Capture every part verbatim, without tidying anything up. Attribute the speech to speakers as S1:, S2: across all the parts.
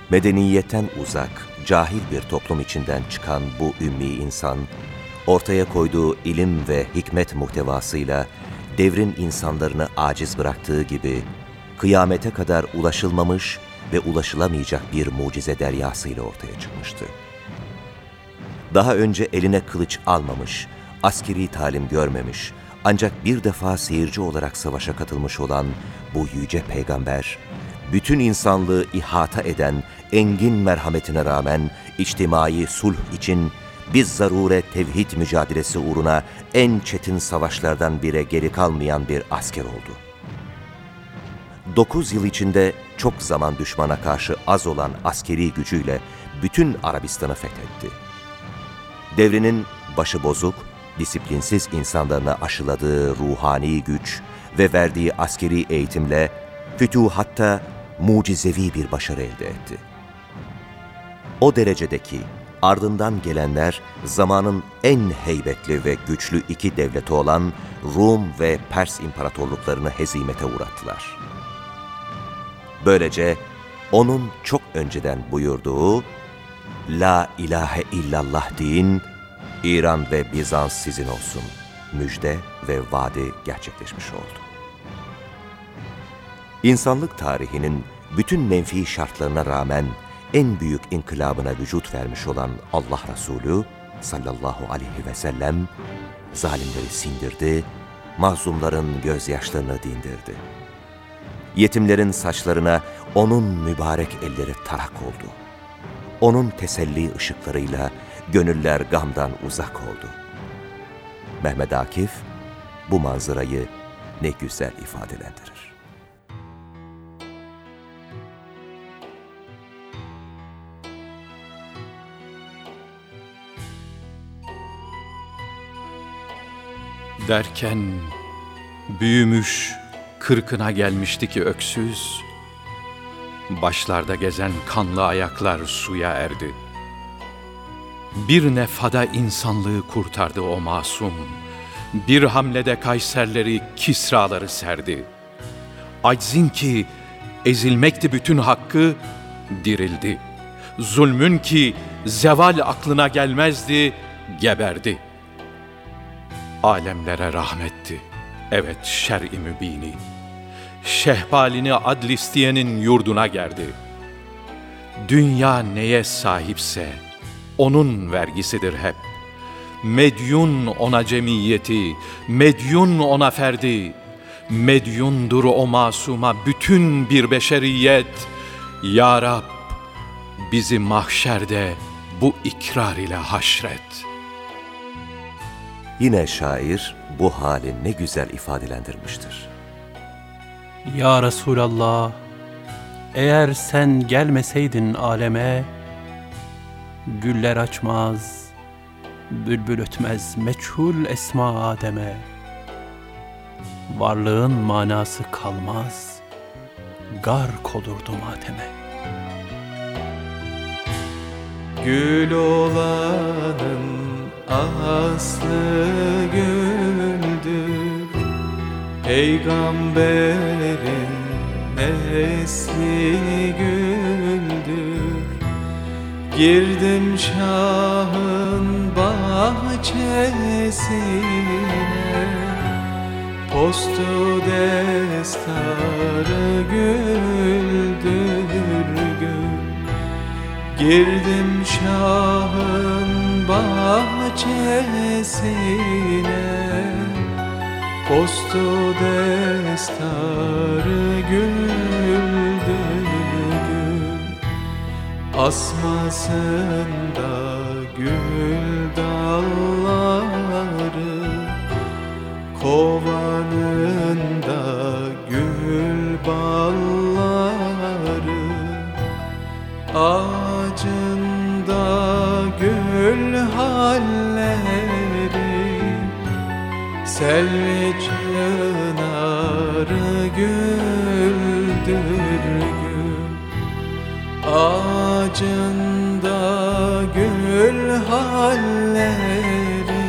S1: Medeniyetten uzak, cahil bir toplum içinden çıkan bu ümmi insan, ortaya koyduğu ilim ve hikmet muhtevasıyla devrin insanlarını aciz bıraktığı gibi, kıyamete kadar ulaşılmamış ve ulaşılamayacak bir mucize deryasıyla ortaya çıkmıştı. Daha önce eline kılıç almamış, askeri talim görmemiş, ancak bir defa seyirci olarak savaşa katılmış olan bu yüce peygamber, bütün insanlığı ihata eden engin merhametine rağmen içtimai sulh için biz zarure tevhid mücadelesi uğruna en çetin savaşlardan bire geri kalmayan bir asker oldu. Dokuz yıl içinde çok zaman düşmana karşı az olan askeri gücüyle bütün Arabistan'ı fethetti. Devrinin başı bozuk, disiplinsiz insanlarına aşıladığı ruhani güç ve verdiği askeri eğitimle fütuhatta mucizevi bir başarı elde etti. O derecedeki ardından gelenler zamanın en heybetli ve güçlü iki devleti olan Rum ve Pers imparatorluklarını hezimete uğrattılar. Böylece onun çok önceden buyurduğu "La ilahe illallah deyin, İran ve Bizans sizin olsun" müjde ve vaadi gerçekleşmiş oldu. İnsanlık tarihinin bütün menfi şartlarına rağmen en büyük inkılabına vücut vermiş olan Allah Resulü sallallahu aleyhi ve sellem, zalimleri sindirdi, mazlumların gözyaşlarını dindirdi. Yetimlerin saçlarına onun mübarek elleri tarak oldu. Onun teselli ışıklarıyla gönüller gamdan uzak oldu. Mehmed Akif bu manzarayı ne güzel ifadelendirir.
S2: Derken büyümüş, kırkına gelmişti ki öksüz, başlarda gezen kanlı ayaklar suya erdi. Bir nefhada insanlığı kurtardı o masum, bir hamlede Kayserleri, Kisraları serdi. Aczin ki ezilmekti bütün hakkı, dirildi. Zulmün ki zeval aklına gelmezdi, geberdi. Alemlere rahmetti, evet şer-i mübini. Şehbalini adl isteyenin yurduna gerdi. Dünya neye sahipse onun vergisidir hep. Medyun ona cemiyeti, medyun ona ferdi. Medyundur o masuma bütün bir beşeriyet. Ya Rab, bizi mahşerde bu ikrar ile haşret.
S1: Yine şair bu hali ne güzel ifadelendirmiştir.
S3: Ya Resulallah, eğer sen gelmeseydin aleme, güller açmaz, bülbül ötmez meçhul esma Adem'e. Varlığın manası kalmaz, gark olurdu mateme.
S4: Gül olanın aslı güldür, Peygamberin nesli güldür. Girdim Şah'ın bahçesine, postu destarı güldür gül. Girdim Şah'ın bahçesine, postu destarı güldür gül. Asmasında gül dalları, kovanında gül balları, ağacında gül halleri, selvi çınarı güldür gül. Ağacında gül halleri,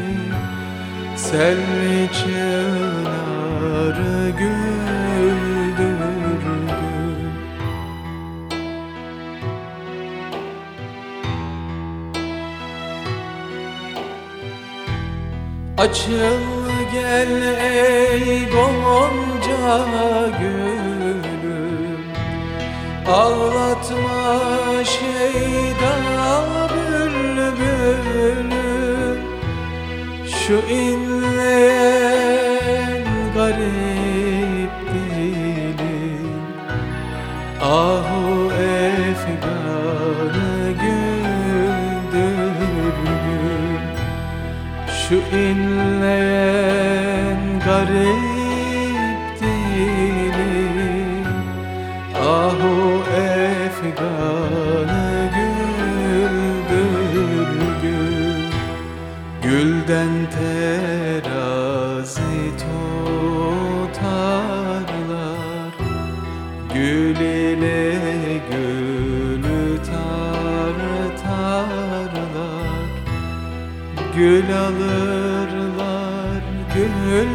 S4: selvi çınarı güldür gül. Açıl gel ey gonca gülüm, ağlatma şeyda bülbülüm. Şu inleyen garip dilim, ahu efganı güldür gül. Şu inleyen garip dilim, ahu efganı güldür gül. Gülden terazi tutarlar, gül ile gülü tartarlar. Gül alırlar, gül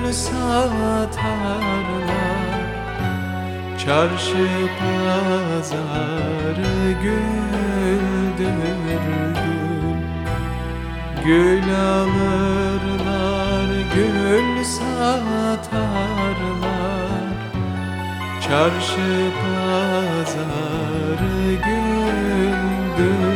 S4: satarlar, çarşı pazarı güldür gül. Gül alırlar, gül satarlar, çarşı pazarı güldür